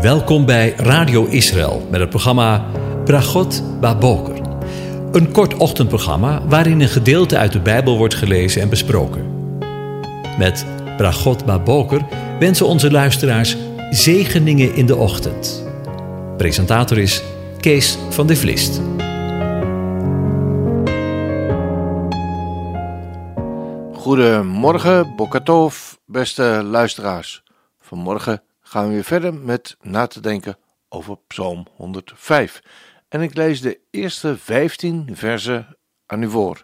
Welkom bij Radio Israël met het programma Brachot Baboker. Een kort ochtendprogramma waarin een gedeelte uit de Bijbel wordt gelezen en besproken. Met Brachot Baboker wensen onze luisteraars zegeningen in de ochtend. Presentator is Kees van de Vlist. Goedemorgen, Boker Tov, beste luisteraars. Vanmorgen gaan we weer verder met na te denken over Psalm 105. En ik lees de eerste 15 versen aan u voor.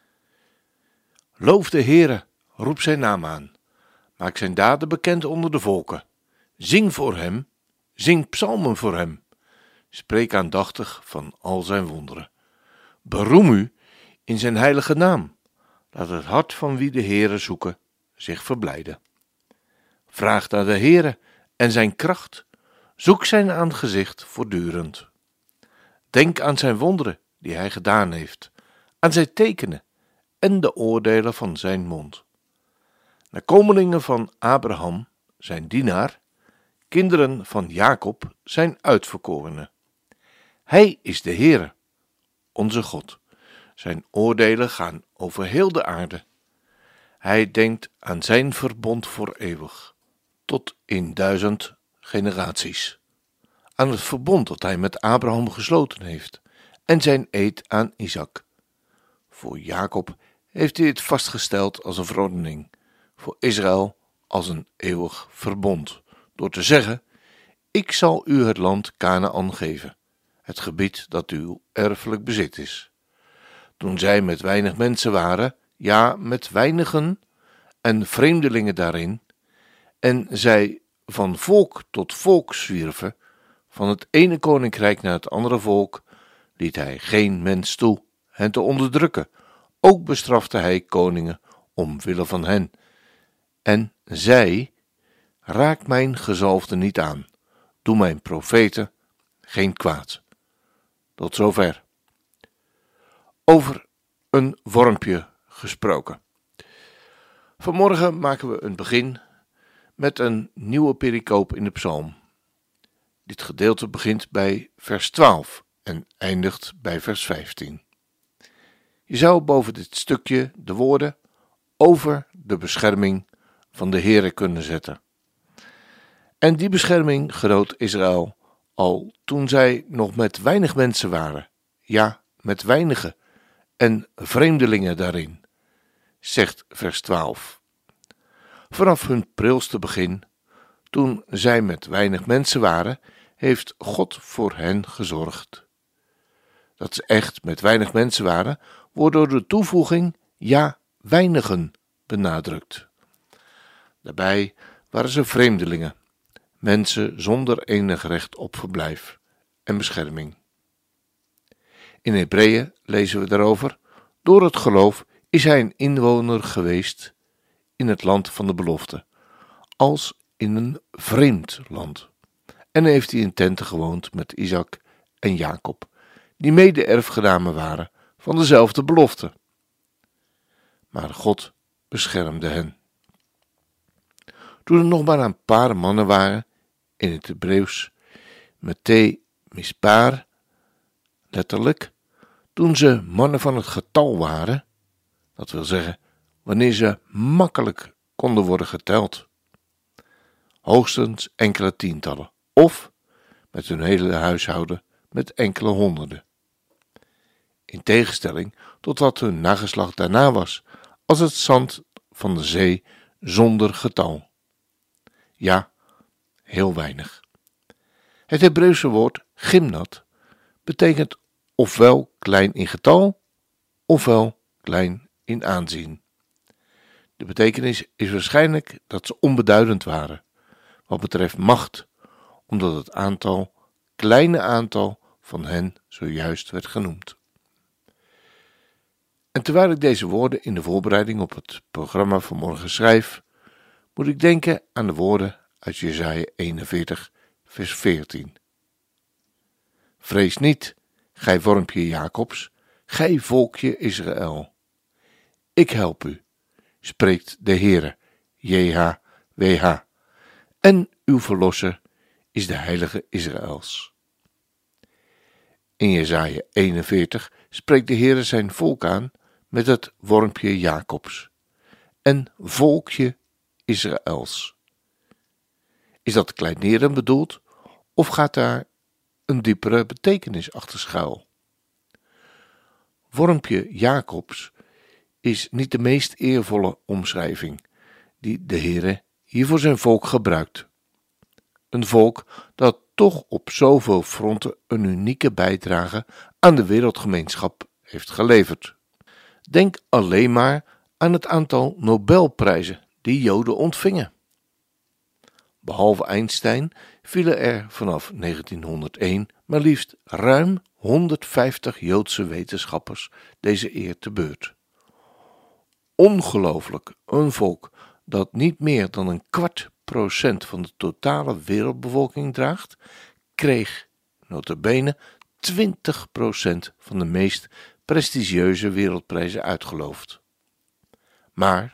Loof de Heere, roep zijn naam aan. Maak zijn daden bekend onder de volken. Zing voor hem, zing psalmen voor hem. Spreek aandachtig van al zijn wonderen. Beroem u in zijn heilige naam. Laat het hart van wie de Heere zoeken zich verblijden. Vraag naar de Heere en zijn kracht. Zoek zijn aangezicht voortdurend. Denk aan zijn wonderen die hij gedaan heeft, aan zijn tekenen en de oordelen van zijn mond. Nakomelingen van Abraham, zijn dienaar, kinderen van Jacob, zijn uitverkorenen. Hij is de Heere, onze God. Zijn oordelen gaan over heel de aarde. Hij denkt aan zijn verbond voor eeuwig, tot in 1000 generaties. Aan het verbond dat hij met Abraham gesloten heeft en zijn eed aan Isaac. Voor Jacob heeft hij het vastgesteld als een verordening, voor Israël als een eeuwig verbond, door te zeggen: ik zal u het land Kanaän geven, het gebied dat uw erfelijk bezit is. Toen zij met weinig mensen waren, ja, met weinigen en vreemdelingen daarin, en zij van volk tot volk zwierven, van het ene koninkrijk naar het andere volk, liet hij geen mens toe hen te onderdrukken. Ook bestrafte hij koningen omwille van hen. En zei: raak mijn gezalfde niet aan, doe mijn profeten geen kwaad. Tot zover. Over een wormpje gesproken. Vanmorgen maken we een begin met een nieuwe pericoop in de psalm. Dit gedeelte begint bij vers 12 en eindigt bij vers 15. Je zou boven dit stukje de woorden over de bescherming van de Heere kunnen zetten. En die bescherming genoot Israël al toen zij nog met weinig mensen waren, ja, met weinigen en vreemdelingen daarin, zegt vers 12. Vanaf hun prilste begin, toen zij met weinig mensen waren, heeft God voor hen gezorgd. Dat ze echt met weinig mensen waren, wordt door de toevoeging ja, weinigen benadrukt. Daarbij waren ze vreemdelingen, mensen zonder enig recht op verblijf en bescherming. In Hebreeën lezen we daarover: door het geloof is hij een inwoner geweest in het land van de belofte, als in een vreemd land. En heeft hij in tenten gewoond met Isaac en Jacob, die mede erfgenamen waren van dezelfde belofte. Maar God beschermde hen. Toen er nog maar een paar mannen waren, in het Hebreeuws mete mispar, letterlijk, toen ze mannen van het getal waren, dat wil zeggen, wanneer ze makkelijk konden worden geteld, hoogstens enkele tientallen, of met hun hele huishouden met enkele honderden. In tegenstelling tot wat hun nageslacht daarna was, als het zand van de zee zonder getal. Ja, heel weinig. Het Hebreeuwse woord gimnat betekent ofwel klein in getal, ofwel klein in aanzien. De betekenis is waarschijnlijk dat ze onbeduidend waren, wat betreft macht, omdat het kleine aantal van hen zojuist werd genoemd. En terwijl ik deze woorden in de voorbereiding op het programma van morgen schrijf, moet ik denken aan de woorden uit Jesaja 41, vers 14. Vrees niet, gij wormpje Jacobs, gij volkje Israël. Ik help u, spreekt de Heere, JHWH, en uw verlosser is de heilige Israëls. In Jesaja 41 spreekt de Heere zijn volk aan met het wormpje Jacobs en volkje Israëls. Is dat kleineren bedoeld of gaat daar een diepere betekenis achter schuil? Wormpje Jacobs is niet de meest eervolle omschrijving die de Heere hier voor zijn volk gebruikt. Een volk dat toch op zoveel fronten een unieke bijdrage aan de wereldgemeenschap heeft geleverd. Denk alleen maar aan het aantal Nobelprijzen die Joden ontvingen. Behalve Einstein vielen er vanaf 1901 maar liefst ruim 150 Joodse wetenschappers deze eer te beurt. Ongelooflijk, een volk dat niet meer dan 0,25% van de totale wereldbevolking draagt, kreeg nota bene 20% van de meest prestigieuze wereldprijzen uitgeloofd. Maar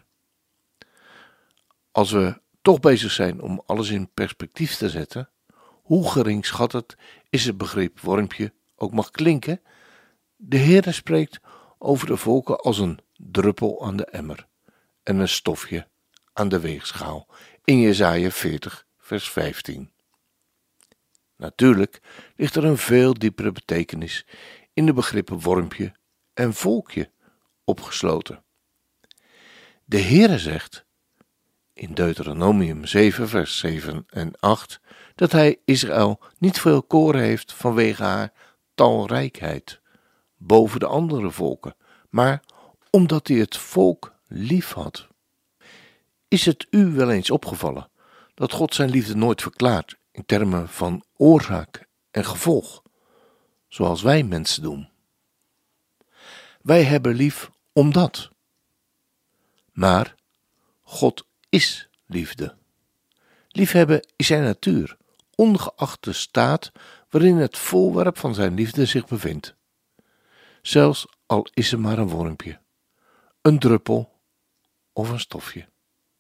als we toch bezig zijn om alles in perspectief te zetten, hoe geringschattend is het begrip wormpje ook mag klinken, de Heere spreekt over de volken als een druppel aan de emmer en een stofje aan de weegschaal in Jesaja 40 vers 15. Natuurlijk ligt er een veel diepere betekenis in de begrippen wormpje en volkje opgesloten. De Heere zegt in Deuteronomium 7 vers 7 en 8 dat hij Israël niet veel koren heeft vanwege haar talrijkheid boven de andere volken, maar omdat hij het volk lief had. Is het u wel eens opgevallen dat God zijn liefde nooit verklaart in termen van oorzaak en gevolg, zoals wij mensen doen? Wij hebben lief omdat. Maar God is liefde. Liefhebben is zijn natuur, ongeacht de staat waarin het voorwerp van zijn liefde zich bevindt. Zelfs al is er maar een wormpje, een druppel of een stofje.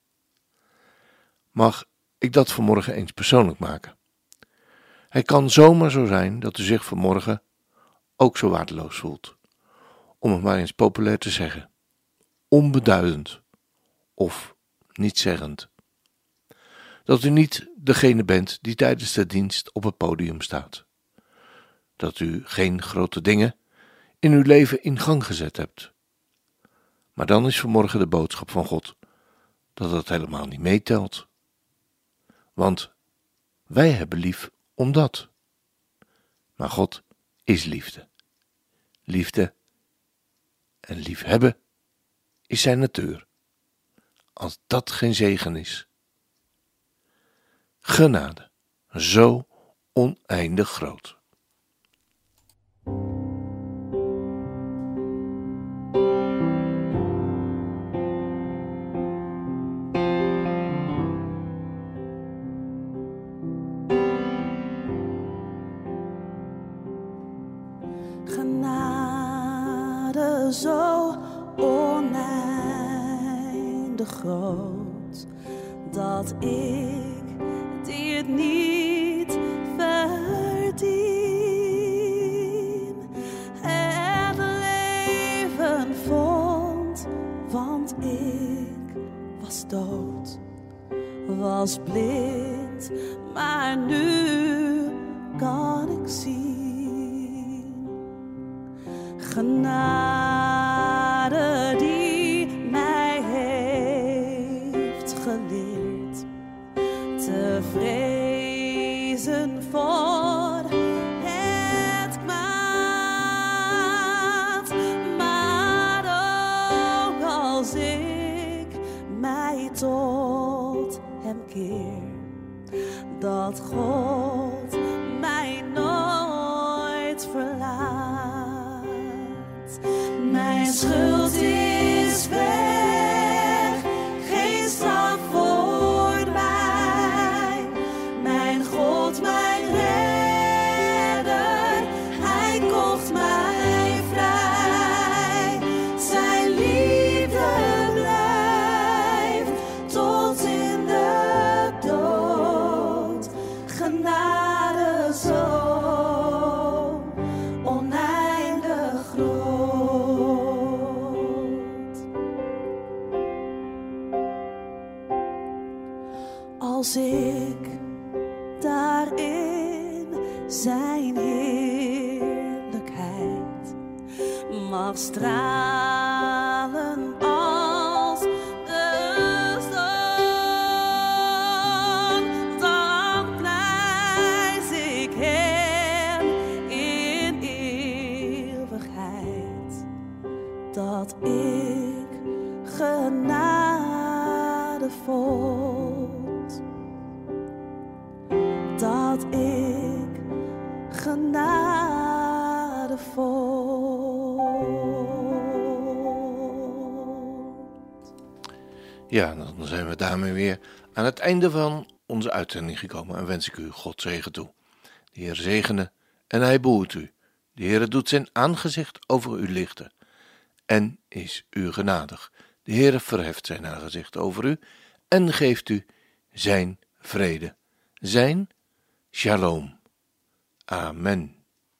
Mag ik dat vanmorgen eens persoonlijk maken? Het kan zomaar zo zijn dat u zich vanmorgen ook zo waardeloos voelt. Om het maar eens populair te zeggen. Onbeduidend of nietszeggend. Dat u niet degene bent die tijdens de dienst op het podium staat. Dat u geen grote dingen in uw leven in gang gezet hebt. Maar dan is vanmorgen de boodschap van God dat het helemaal niet meetelt. Want wij hebben lief omdat. Maar God is liefde. Liefde en liefhebben is zijn natuur. Als dat geen zegen is. Genade, zo oneindig groot. Genade zo oneindig groot, dat ik die het niet verdien, het leven vond, want ik was dood, was blind, maar nu kan ik zien. Genade die mij heeft geleerd te vrezen voor het kwaad. Maar ook als ik mij tot hem keer, dat God mij nooit verlaat. Mijn schuld is weg, geen straf voor mij. Mijn God, mijn redder, hij kocht mij vrij. Zijn liefde blijft tot in de dood. Genade als ik daarin zijn heerlijkheid mag stralen als de zon, dan prijs ik hem in eeuwigheid, dat ik genade vond, dat ik genade vond. Ja, dan zijn we daarmee weer aan het einde van onze uitzending gekomen en wens ik u God zegen toe. De Heer zegene en hij behoedt u. De Heer doet zijn aangezicht over u lichten en is u genadig. De Heer verheft zijn aangezicht over u en geeft u zijn vrede, zijn shalom. Amen.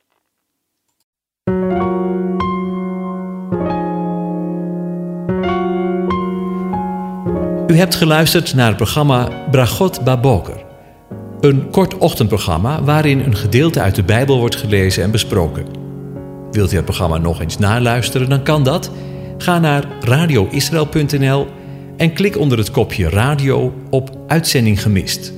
U hebt geluisterd naar het programma Bragot Baboker. Een kort ochtendprogramma waarin een gedeelte uit de Bijbel wordt gelezen en besproken. Wilt u het programma nog eens naluisteren, dan kan dat. Ga naar radioisrael.nl en klik onder het kopje radio op Uitzending gemist.